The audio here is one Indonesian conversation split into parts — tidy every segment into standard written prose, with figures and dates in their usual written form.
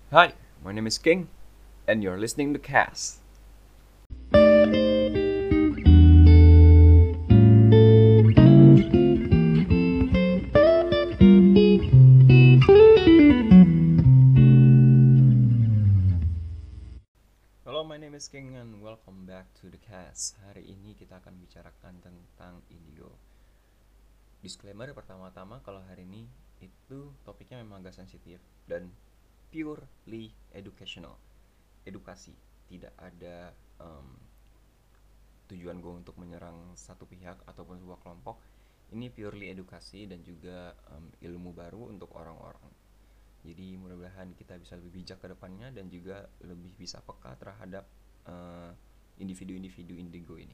Hi, my name is King, and you're listening to Cass. Hello, my name is King, and welcome back to the Cass. Hari ini kita akan bicarakan tentang indigo. Disclaimer pertama-tama, kalau hari ini itu topiknya memang agak sensitif dan purely educational, edukasi. Tidak ada tujuan gue untuk menyerang satu pihak ataupun sebuah kelompok. Ini purely edukasi dan juga ilmu baru untuk orang-orang. Jadi mudah-mudahan kita bisa lebih bijak ke depannya dan juga lebih bisa peka terhadap individu-individu indigo ini.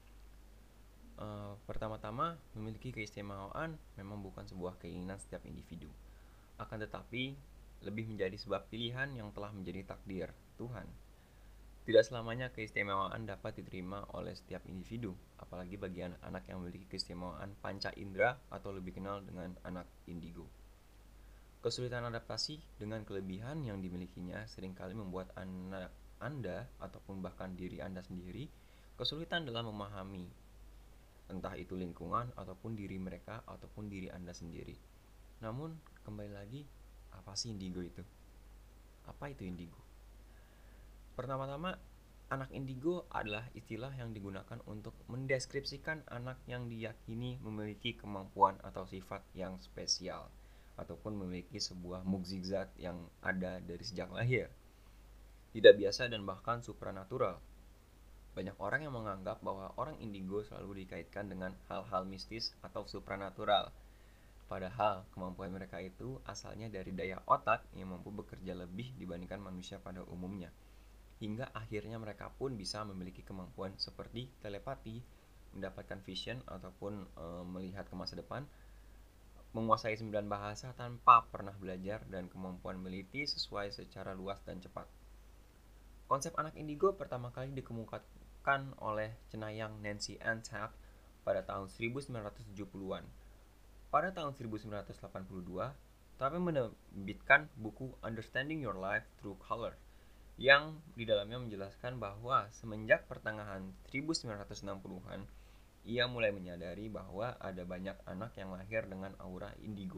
Pertama-tama, memiliki keistimewaan memang bukan sebuah keinginan setiap individu. Akan tetapi, lebih menjadi sebuah pilihan yang telah menjadi takdir Tuhan. Tidak selamanya keistimewaan dapat diterima oleh setiap individu, apalagi bagi anak-anak yang memiliki keistimewaan panca indera atau lebih kenal dengan anak indigo. Kesulitan adaptasi dengan kelebihan yang dimilikinya seringkali membuat anak Anda ataupun bahkan diri Anda sendiri kesulitan dalam memahami entah itu lingkungan ataupun diri mereka ataupun diri Anda sendiri. Namun, kembali lagi, apa sih indigo itu? Apa itu indigo? Pertama-tama, anak indigo adalah istilah yang digunakan untuk mendeskripsikan anak yang diyakini memiliki kemampuan atau sifat yang spesial ataupun memiliki sebuah mukjizat yang ada dari sejak lahir, tidak biasa dan bahkan supranatural. Banyak orang yang menganggap bahwa orang indigo selalu dikaitkan dengan hal-hal mistis atau supranatural. Padahal kemampuan mereka itu asalnya dari daya otak yang mampu bekerja lebih dibandingkan manusia pada umumnya. Hingga akhirnya mereka pun bisa memiliki kemampuan seperti telepati, mendapatkan vision ataupun melihat ke masa depan, menguasai 9 bahasa tanpa pernah belajar, dan kemampuan meneliti sesuai secara luas dan cepat. Konsep anak indigo pertama kali dikemukakan oleh cenayang Nancy Ann Tapp pada tahun 1970-an. Pada tahun 1982, Tapp menerbitkan buku Understanding Your Life Through Color, yang di dalamnya menjelaskan bahwa semenjak pertengahan 1960-an, ia mulai menyadari bahwa ada banyak anak yang lahir dengan aura indigo.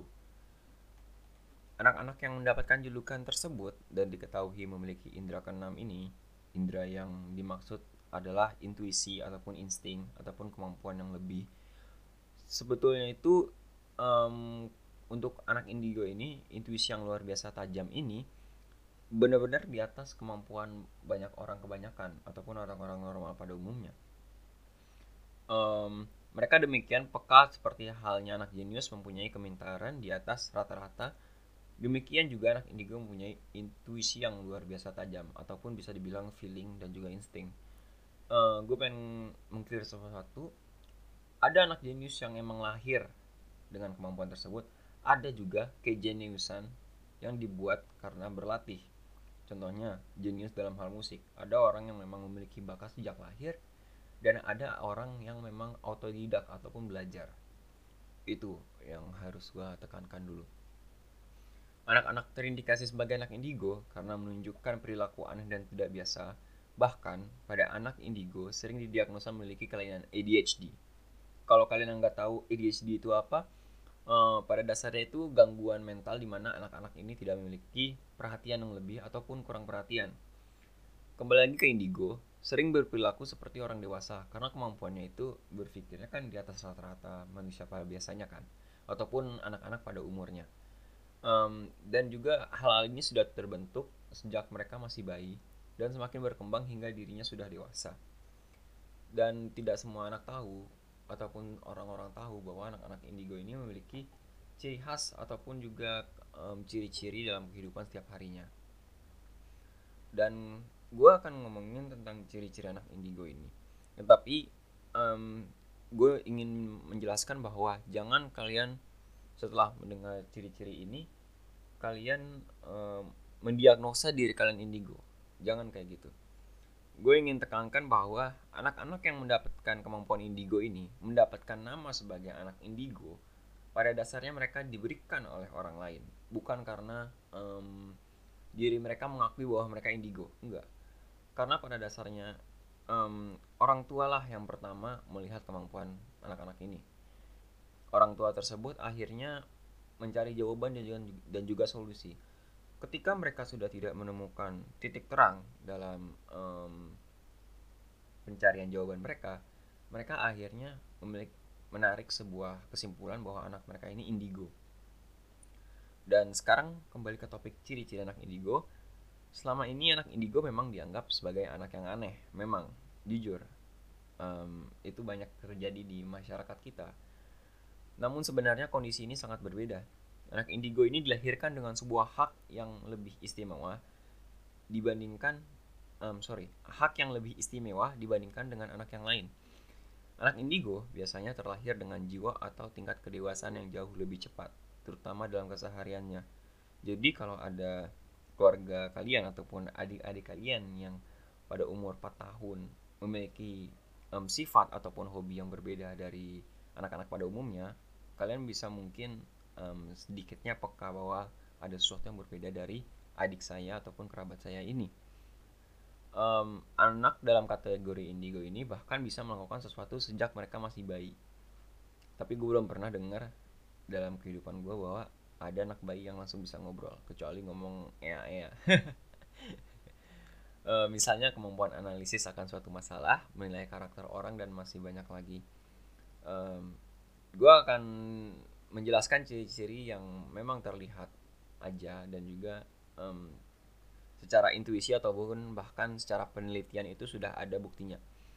Anak-anak yang mendapatkan julukan tersebut dan diketahui memiliki indera keenam ini, indera yang dimaksud adalah intuisi ataupun insting ataupun kemampuan yang lebih. Sebetulnya itu untuk anak indigo ini, intuisi yang luar biasa tajam ini benar-benar di atas kemampuan banyak orang kebanyakan ataupun orang-orang normal pada umumnya. Mereka demikian peka seperti halnya anak jenius mempunyai kepintaran di atas rata-rata. Demikian juga anak indigo mempunyai intuisi yang luar biasa tajam ataupun bisa dibilang feeling dan juga insting. Gue pengen mengclear sesuatu. Ada anak jenius yang emang lahir dengan kemampuan tersebut. Ada juga kejeniusan yang dibuat karena berlatih. Contohnya jenius dalam hal musik. Ada orang yang memang memiliki bakat sejak lahir, dan ada orang yang memang autodidak ataupun belajar. Itu yang harus gue tekankan dulu. Anak-anak terindikasi sebagai anak indigo karena menunjukkan perilaku aneh dan tidak biasa. Bahkan pada anak indigo sering didiagnosa memiliki kelainan ADHD. Kalau kalian nggak tahu ADHD itu apa, pada dasarnya itu gangguan mental di mana anak-anak ini tidak memiliki perhatian yang lebih ataupun kurang perhatian. Kembali lagi ke indigo, sering berperilaku seperti orang dewasa karena kemampuannya itu berpikirnya kan di atas rata-rata manusia pada biasanya kan, ataupun anak-anak pada umurnya. Dan juga hal ini sudah terbentuk sejak mereka masih bayi dan semakin berkembang hingga dirinya sudah dewasa. Dan tidak semua anak tahu ataupun orang-orang tahu bahwa anak-anak indigo ini memiliki ciri khas ataupun juga ciri-ciri dalam kehidupan setiap harinya. Dan gue akan ngomongin tentang ciri-ciri anak indigo ini. Tetapi gue ingin menjelaskan bahwa jangan kalian setelah mendengar ciri-ciri ini kalian mendiagnosa diri kalian indigo. Jangan kayak gitu. Gue ingin tekankan bahwa anak-anak yang mendapatkan kemampuan indigo ini mendapatkan nama sebagai anak indigo. Pada dasarnya mereka diberikan oleh orang lain, bukan karena diri mereka mengakui bahwa mereka indigo. Enggak. Karena pada dasarnya orang tua lah yang pertama melihat kemampuan anak-anak ini. Orang tua tersebut akhirnya mencari jawaban dan juga solusi. Ketika mereka sudah tidak menemukan titik terang dalam pencarian jawaban mereka, mereka akhirnya menarik sebuah kesimpulan bahwa anak mereka ini indigo. Dan sekarang kembali ke topik ciri-ciri anak indigo. Selama ini anak indigo memang dianggap sebagai anak yang aneh. Memang, jujur, itu banyak terjadi di masyarakat kita. Namun sebenarnya kondisi ini sangat berbeda. Anak indigo ini dilahirkan dengan sebuah hak yang lebih istimewa dibandingkan hak yang lebih istimewa dibandingkan dengan anak yang lain. Anak indigo biasanya terlahir dengan jiwa atau tingkat kedewasaan yang jauh lebih cepat, terutama dalam kesehariannya. Jadi kalau ada keluarga kalian ataupun adik-adik kalian yang pada umur 4 tahun memiliki sifat ataupun hobi yang berbeda dari anak-anak pada umumnya, kalian bisa mungkin sedikitnya peka bahwa ada sesuatu yang berbeda dari adik saya ataupun kerabat saya ini. Anak dalam kategori indigo ini bahkan bisa melakukan sesuatu sejak mereka masih bayi. Tapi gue belum pernah dengar dalam kehidupan gue bahwa ada anak bayi yang langsung bisa ngobrol, kecuali ngomong ea. Misalnya kemampuan analisis akan suatu masalah, menilai karakter orang, dan masih banyak lagi. Gue akan menjelaskan ciri-ciri yang memang terlihat aja dan juga secara intuisi ataupun bahkan secara penelitian itu sudah ada buktinya.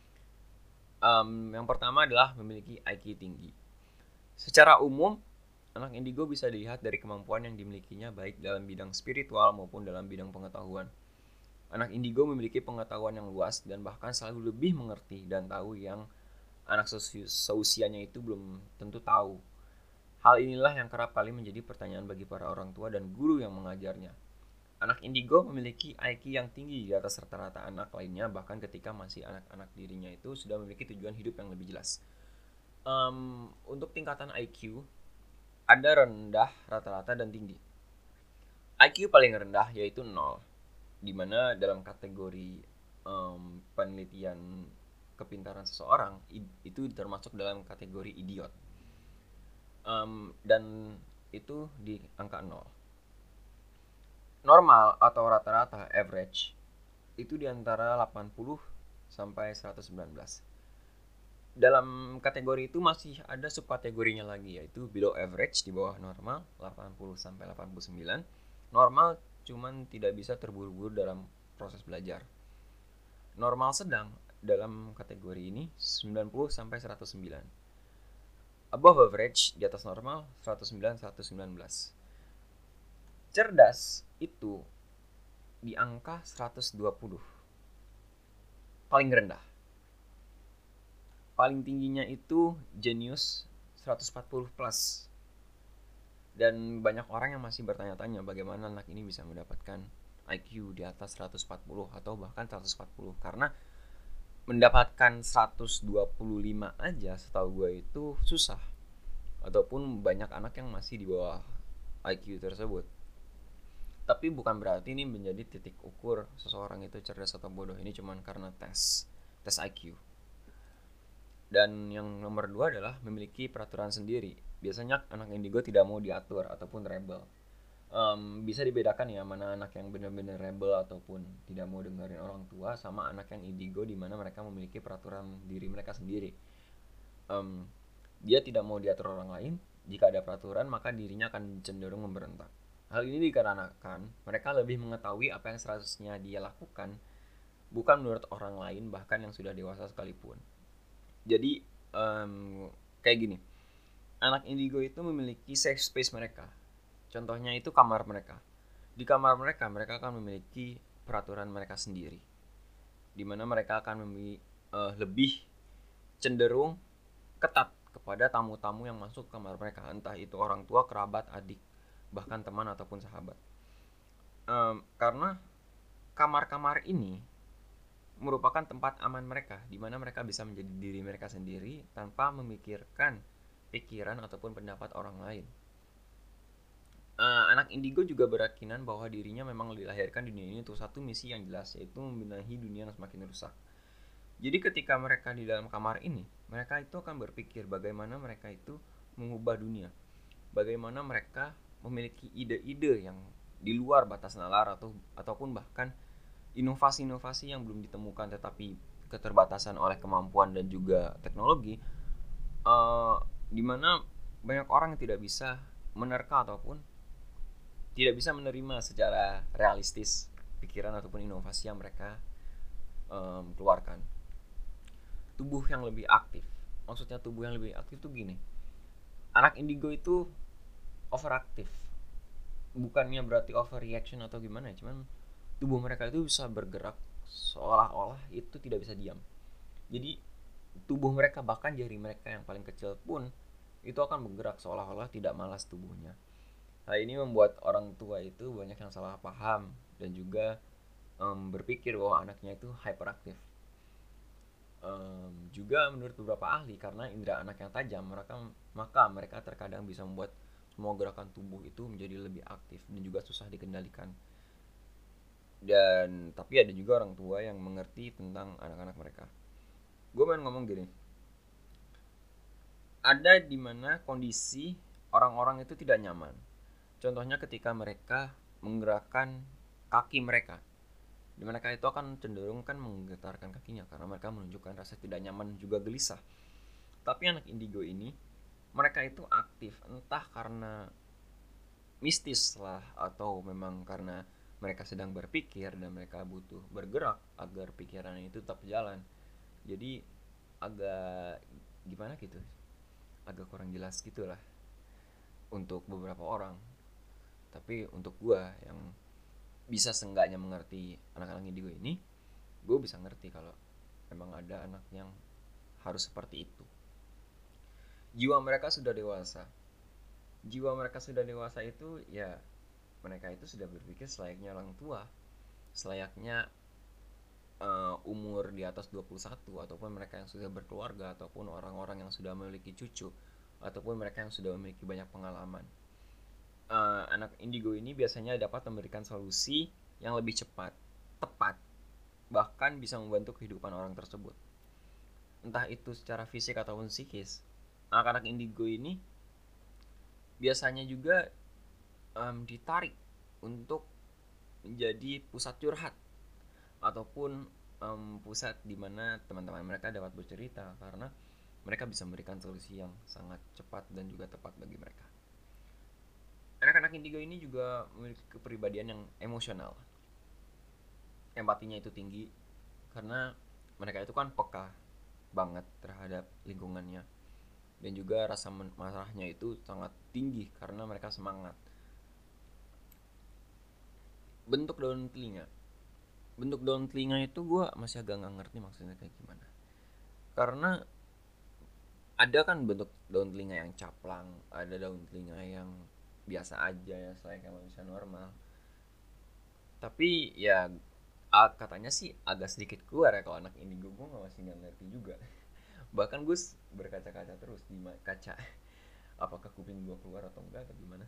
Yang pertama adalah memiliki IQ tinggi. Secara umum, anak indigo bisa dilihat dari kemampuan yang dimilikinya baik dalam bidang spiritual maupun dalam bidang pengetahuan. Anak indigo memiliki pengetahuan yang luas dan bahkan selalu lebih mengerti dan tahu yang anak seusianya itu belum tentu tahu. Hal inilah yang kerap kali menjadi pertanyaan bagi para orang tua dan guru yang mengajarnya. Anak indigo memiliki IQ yang tinggi di atas rata-rata anak lainnya, bahkan ketika masih anak-anak dirinya itu sudah memiliki tujuan hidup yang lebih jelas. Untuk tingkatan IQ, ada rendah, rata-rata, dan tinggi. IQ paling rendah yaitu 0, dimana dalam kategori penelitian kepintaran seseorang itu termasuk dalam kategori idiot. Dan itu di angka 0. Normal atau rata-rata average itu di antara 80 sampai 119. Dalam kategori itu masih ada subkategorinya lagi, yaitu below average di bawah normal 80 sampai 89. Normal cuman tidak bisa terburu-buru dalam proses belajar. Normal sedang dalam kategori ini 90 sampai 109. Above average di atas normal 109 119. Cerdas itu di angka 120. Paling rendah. Paling tingginya itu genius 140 plus. Dan banyak orang yang masih bertanya-tanya bagaimana anak ini bisa mendapatkan IQ di atas 140 atau bahkan 140. Karena mendapatkan 125 aja setahu gue itu susah. Ataupun banyak anak yang masih di bawah IQ tersebut. Tapi bukan berarti ini menjadi titik ukur seseorang itu cerdas atau bodoh. Ini cuma karena tes IQ. Dan yang nomor 2 adalah memiliki peraturan sendiri. Biasanya anak indigo tidak mau diatur ataupun rebel. Bisa dibedakan ya mana anak yang benar-benar rebel ataupun tidak mau dengerin orang tua sama anak yang indigo di mana mereka memiliki peraturan diri mereka sendiri. Dia tidak mau diatur orang lain. Jika ada peraturan maka dirinya akan cenderung memberontak. Hal ini dikarenakan mereka lebih mengetahui apa yang seharusnya dia lakukan, bukan menurut orang lain bahkan yang sudah dewasa sekalipun. Jadi kayak gini, anak indigo itu memiliki safe space mereka. Contohnya itu kamar mereka. Di kamar mereka akan memiliki peraturan mereka sendiri, dimana mereka akan lebih cenderung ketat kepada tamu-tamu yang masuk ke kamar mereka, entah itu orang tua, kerabat, adik, bahkan teman ataupun sahabat. Karena kamar-kamar ini merupakan tempat aman mereka, di mana mereka bisa menjadi diri mereka sendiri tanpa memikirkan pikiran ataupun pendapat orang lain. Anak indigo juga berkeyakinan bahwa dirinya memang dilahirkan di dunia ini untuk satu misi yang jelas, yaitu membenahi dunia yang semakin rusak. Jadi ketika mereka di dalam kamar ini, mereka itu akan berpikir bagaimana mereka itu mengubah dunia, bagaimana mereka memiliki ide-ide yang di luar batas nalar ataupun bahkan inovasi-inovasi yang belum ditemukan, tetapi keterbatasan oleh kemampuan dan juga teknologi, di mana banyak orang yang tidak bisa menerka ataupun tidak bisa menerima secara realistis pikiran ataupun inovasi yang mereka keluarkan. Tubuh yang lebih aktif, maksudnya tubuh yang lebih aktif tuh gini, anak indigo itu overaktif, bukannya berarti overreaction atau gimana, cuman tubuh mereka itu bisa bergerak seolah-olah itu tidak bisa diam. Jadi tubuh mereka, bahkan jari mereka yang paling kecil pun itu akan bergerak seolah-olah tidak malas tubuhnya. Hal ini membuat orang tua itu banyak yang salah paham dan juga berpikir bahwa anaknya itu hyperaktif. Juga menurut beberapa ahli, karena indera anak yang tajam, maka mereka terkadang bisa membuat semua gerakan tubuh itu menjadi lebih aktif dan juga susah dikendalikan. Dan tapi ada juga orang tua yang mengerti tentang anak-anak mereka. Gue main ngomong gini, ada dimana kondisi orang-orang itu tidak nyaman. Contohnya ketika mereka menggerakkan kaki mereka, di mereka itu akan cenderung kan menggetarkan kakinya karena mereka menunjukkan rasa tidak nyaman juga gelisah. Tapi anak indigo ini, mereka itu aktif entah karena mistis lah atau memang karena mereka sedang berpikir dan mereka butuh bergerak agar pikiran itu tetap jalan. Jadi agak gimana gitu, agak kurang jelas gitulah untuk beberapa orang. Tapi untuk gue yang bisa seenggaknya mengerti anak-anak indigo ini, gue bisa ngerti kalau memang ada anak yang harus seperti itu. Jiwa mereka sudah dewasa. Jiwa mereka sudah dewasa itu ya, mereka itu sudah berpikir selayaknya orang tua, selayaknya umur di atas 21, ataupun mereka yang sudah berkeluarga, ataupun orang-orang yang sudah memiliki cucu, ataupun mereka yang sudah memiliki banyak pengalaman. Anak indigo ini biasanya dapat memberikan solusi yang lebih cepat, tepat, bahkan bisa membantu kehidupan orang tersebut, entah itu secara fisik ataupun psikis. Anak-anak indigo ini biasanya juga ditarik untuk menjadi pusat curhat ataupun pusat di mana teman-teman mereka dapat bercerita, karena mereka bisa memberikan solusi yang sangat cepat dan juga tepat bagi mereka. Anak-anak indigo ini juga memiliki kepribadian yang emosional. Empatinya itu tinggi karena mereka itu kan peka banget terhadap lingkungannya, dan juga rasa marahnya itu sangat tinggi karena mereka semangat. Bentuk daun telinga itu gue masih agak nggak ngerti maksudnya kayak gimana, karena ada kan bentuk daun telinga yang caplang, ada daun telinga yang biasa aja ya, selayaknya manusia normal. Tapi ya katanya sih agak sedikit keluar ya kalau anak indigo. Gue masih nggak ngerti juga. Bahkan gue berkaca-kaca terus di kaca, apakah kuping gue keluar atau enggak atau gimana.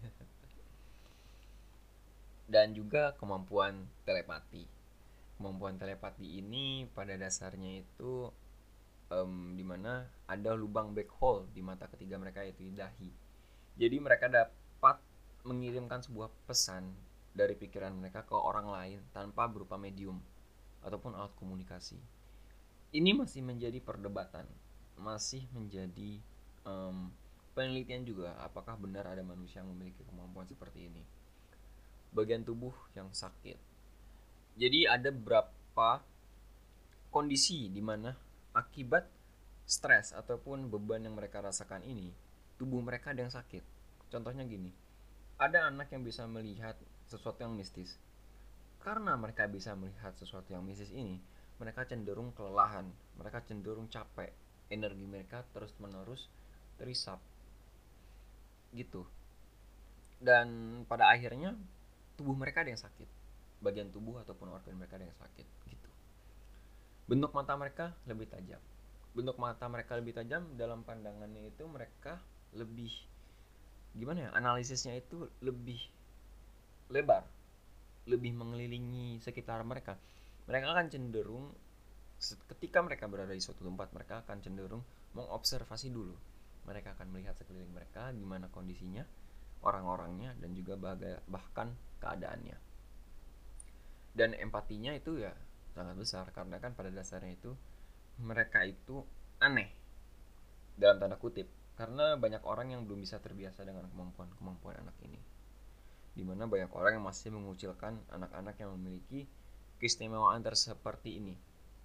Dan juga kemampuan telepati. Kemampuan telepati ini pada dasarnya itu dimana ada lubang black hole di mata ketiga mereka, yaitu dahi. Jadi mereka dapat mengirimkan sebuah pesan dari pikiran mereka ke orang lain tanpa berupa medium ataupun alat komunikasi. Ini masih menjadi perdebatan, masih menjadi penelitian juga, apakah benar ada manusia yang memiliki kemampuan seperti ini. Bagian tubuh yang sakit. Jadi ada beberapa kondisi di mana akibat stres ataupun beban yang mereka rasakan ini, tubuh mereka ada yang sakit. Contohnya gini, ada anak yang bisa melihat sesuatu yang mistis. Karena mereka bisa melihat sesuatu yang mistis ini, mereka cenderung kelelahan, mereka cenderung capek, energi mereka terus-menerus terisap gitu. Dan pada akhirnya tubuh mereka ada yang sakit, bagian tubuh ataupun organ mereka ada yang sakit gitu. Bentuk mata mereka lebih tajam. Bentuk mata mereka lebih tajam dalam pandangannya itu mereka lebih gimana ya, analisisnya itu lebih lebar, lebih mengelilingi sekitar mereka. Mereka akan cenderung ketika mereka berada di suatu tempat, mereka akan cenderung mengobservasi dulu. Mereka akan melihat sekeliling mereka gimana kondisinya, orang-orangnya, dan juga bahkan keadaannya. Dan empatinya itu ya sangat besar, karena kan pada dasarnya itu mereka itu aneh dalam tanda kutip, karena banyak orang yang belum bisa terbiasa dengan kemampuan anak ini, dimana banyak orang yang masih mengucilkan anak-anak yang memiliki keistimewaan seperti ini.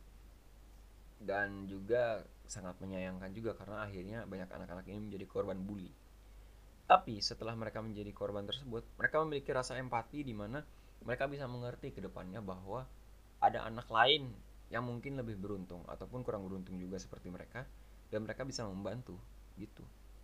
Dan juga sangat menyayangkan juga karena akhirnya banyak anak-anak ini menjadi korban bully. Tapi setelah mereka menjadi korban tersebut, mereka memiliki rasa empati di mana mereka bisa mengerti ke depannya bahwa ada anak lain yang mungkin lebih beruntung ataupun kurang beruntung juga seperti mereka, dan mereka bisa membantu gitu.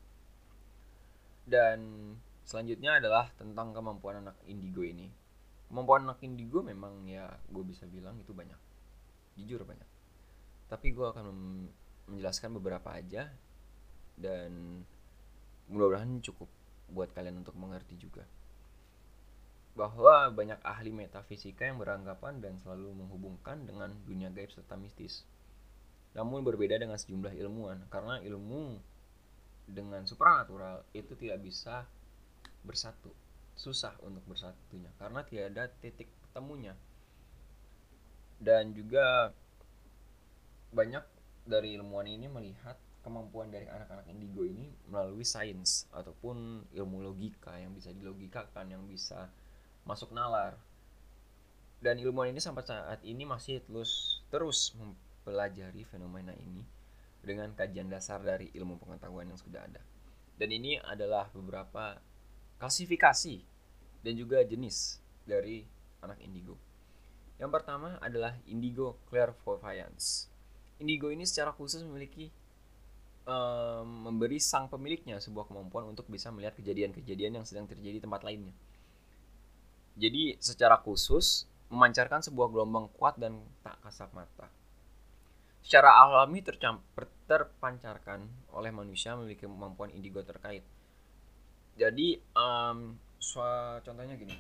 Dan selanjutnya adalah tentang kemampuan anak indigo ini. Kemampuan anak indigo memang ya gue bisa bilang itu banyak, jujur banyak. Tapi gue akan menjelaskan beberapa aja, dan mudah-mudahan cukup buat kalian untuk mengerti juga. Bahwa banyak ahli metafisika yang beranggapan dan selalu menghubungkan dengan dunia gaib serta mistis. Namun berbeda dengan sejumlah ilmuwan, karena ilmu dengan supranatural itu tidak bisa bersatu. Susah untuk bersatunya karena tidak ada titik ketemunya. Dan juga banyak dari ilmuwan ini melihat kemampuan dari anak-anak indigo ini melalui sains ataupun ilmu logika yang bisa dilogikakan, yang bisa masuk nalar. Dan ilmuwan ini sampai saat ini masih terus mempelajari fenomena ini dengan kajian dasar dari ilmu pengetahuan yang sudah ada. Dan ini adalah beberapa klasifikasi dan juga jenis dari anak indigo. Yang pertama adalah indigo clairvoyance. Indigo ini secara khusus memiliki memberi sang pemiliknya sebuah kemampuan untuk bisa melihat kejadian-kejadian yang sedang terjadi di tempat lainnya. Jadi secara khusus memancarkan sebuah gelombang kuat dan tak kasat mata. Secara alami terpancarkan oleh manusia memiliki kemampuan indigo terkait. Jadi contohnya gini,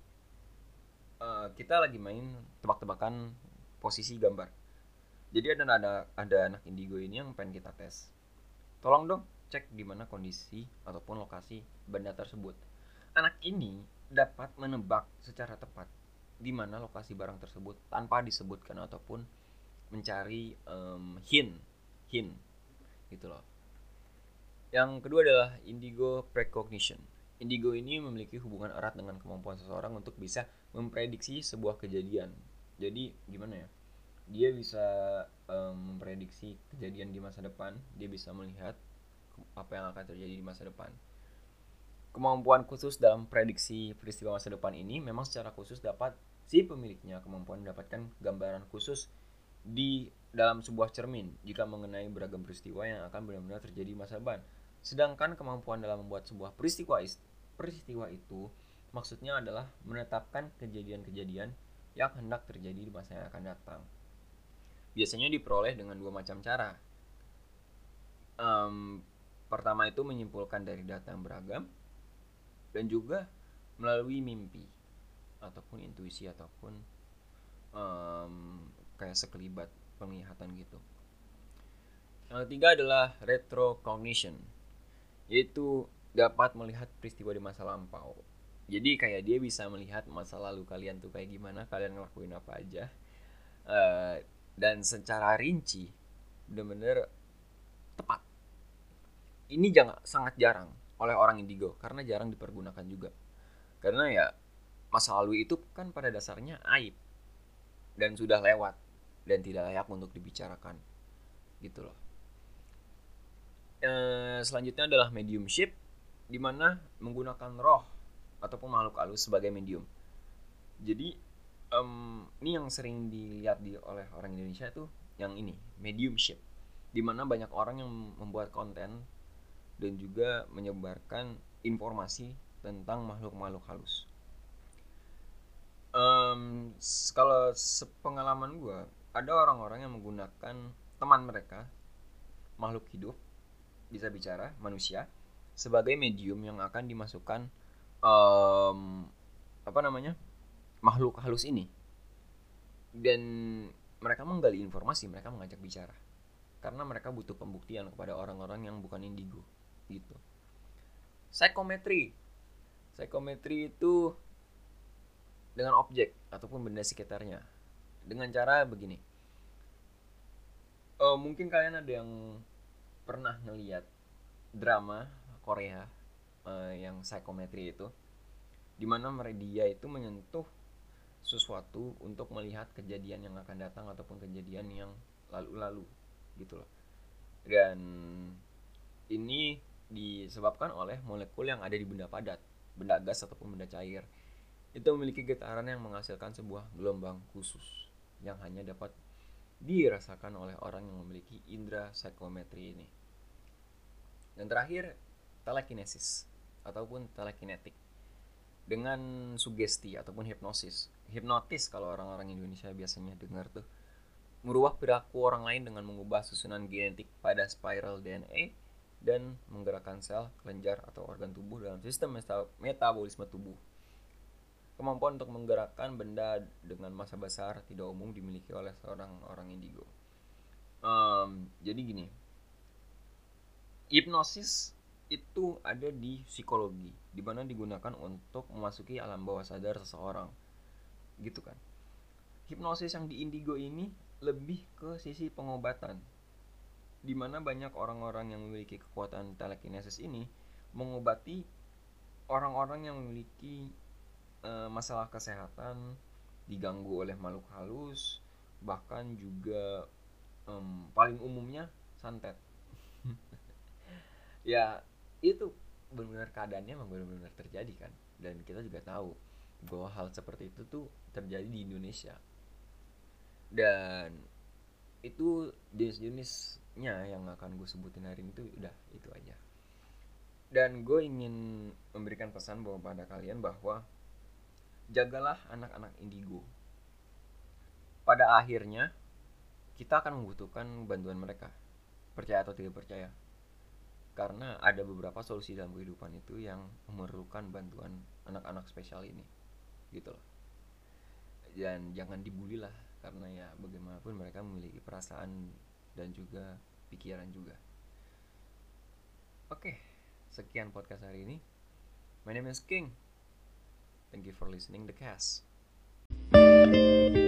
kita lagi main tebak-tebakan posisi gambar. Jadi ada anak indigo ini yang pengen kita tes. Tolong dong cek di mana kondisi ataupun lokasi benda tersebut. Anak ini dapat menebak secara tepat di mana lokasi barang tersebut tanpa disebutkan ataupun mencari hint gitu loh. Yang kedua adalah indigo precognition. Indigo ini memiliki hubungan erat dengan kemampuan seseorang untuk bisa memprediksi sebuah kejadian. Jadi gimana ya? Dia bisa memprediksi kejadian di masa depan. Dia bisa melihat apa yang akan terjadi di masa depan. Kemampuan khusus dalam prediksi peristiwa masa depan ini memang secara khusus dapat si pemiliknya kemampuan mendapatkan gambaran khusus di dalam sebuah cermin jika mengenai beragam peristiwa yang akan benar-benar terjadi di masa depan. Sedangkan kemampuan dalam membuat sebuah peristiwa itu maksudnya adalah menetapkan kejadian-kejadian yang hendak terjadi di masa yang akan datang. Biasanya diperoleh dengan dua macam cara. Pertama itu menyimpulkan dari data yang beragam, dan juga melalui mimpi ataupun intuisi ataupun kayak sekelibat penglihatan gitu. Yang ketiga adalah retrocognition, yaitu dapat melihat peristiwa di masa lampau. Jadi kayak dia bisa melihat masa lalu kalian tuh kayak gimana, kalian ngelakuin apa aja, dan secara rinci, benar-benar tepat. Ini sangat jarang oleh orang indigo karena jarang dipergunakan juga. Karena ya masa lalu itu kan pada dasarnya aib dan sudah lewat dan tidak layak untuk dibicarakan gitu loh. Selanjutnya adalah mediumship, di mana menggunakan roh ataupun makhluk halus sebagai medium. Jadi ini yang sering dilihat oleh orang Indonesia tuh yang ini, mediumship, di mana banyak orang yang membuat konten dan juga menyebarkan informasi tentang makhluk-makhluk halus. Kalau sepengalaman gue, ada orang-orang yang menggunakan teman mereka, makhluk hidup, bisa bicara, manusia, sebagai medium yang akan dimasukkan makhluk halus ini. Dan mereka menggali informasi, mereka mengajak bicara, karena mereka butuh pembuktian kepada orang-orang yang bukan indigo gitu. Psikometri itu dengan objek ataupun benda sekitarnya, dengan cara begini. Mungkin kalian ada yang pernah ngelihat drama Korea yang psikometri itu, dimana dia itu menyentuh sesuatu untuk melihat kejadian yang akan datang ataupun kejadian yang lalu-lalu gitu loh. Dan ini disebabkan oleh molekul yang ada di benda padat, benda gas ataupun benda cair. Itu memiliki getaran yang menghasilkan sebuah gelombang khusus yang hanya dapat dirasakan oleh orang yang memiliki indera psikometri ini. Dan terakhir, telekinesis ataupun telekinetik dengan sugesti ataupun hipnotis kalau orang-orang Indonesia biasanya dengar tuh, merubah perilaku orang lain dengan mengubah susunan genetik pada spiral DNA dan menggerakkan sel, kelenjar atau organ tubuh dalam sistem metabolisme tubuh. Kemampuan untuk menggerakkan benda dengan massa besar tidak umum dimiliki oleh seorang orang indigo. Jadi gini, hipnosis itu ada di psikologi, di mana digunakan untuk memasuki alam bawah sadar seseorang, gitu kan. Hipnosis yang di indigo ini lebih ke sisi pengobatan, di mana banyak orang-orang yang memiliki kekuatan telekinesis ini mengobati orang-orang yang memiliki masalah kesehatan, diganggu oleh makhluk halus, bahkan juga paling umumnya santet. Ya itu benar-benar keadaannya memang benar-benar terjadi kan, dan kita juga tahu bahwa hal seperti itu tuh terjadi di Indonesia. Dan itu jenis-jenisnya yang akan gue sebutin hari ini tuh udah itu aja. Dan gue ingin memberikan pesan bahwa pada kalian bahwa jagalah anak-anak indigo. Pada akhirnya kita akan membutuhkan bantuan mereka, percaya atau tidak percaya. Karena ada beberapa solusi dalam kehidupan itu yang memerlukan bantuan anak-anak spesial ini, gitu loh. Dan jangan dibully lah, karena ya bagaimanapun mereka memiliki perasaan dan juga pikiran juga. Oke, sekian podcast hari ini. My name is King. Thank you for listening the cast.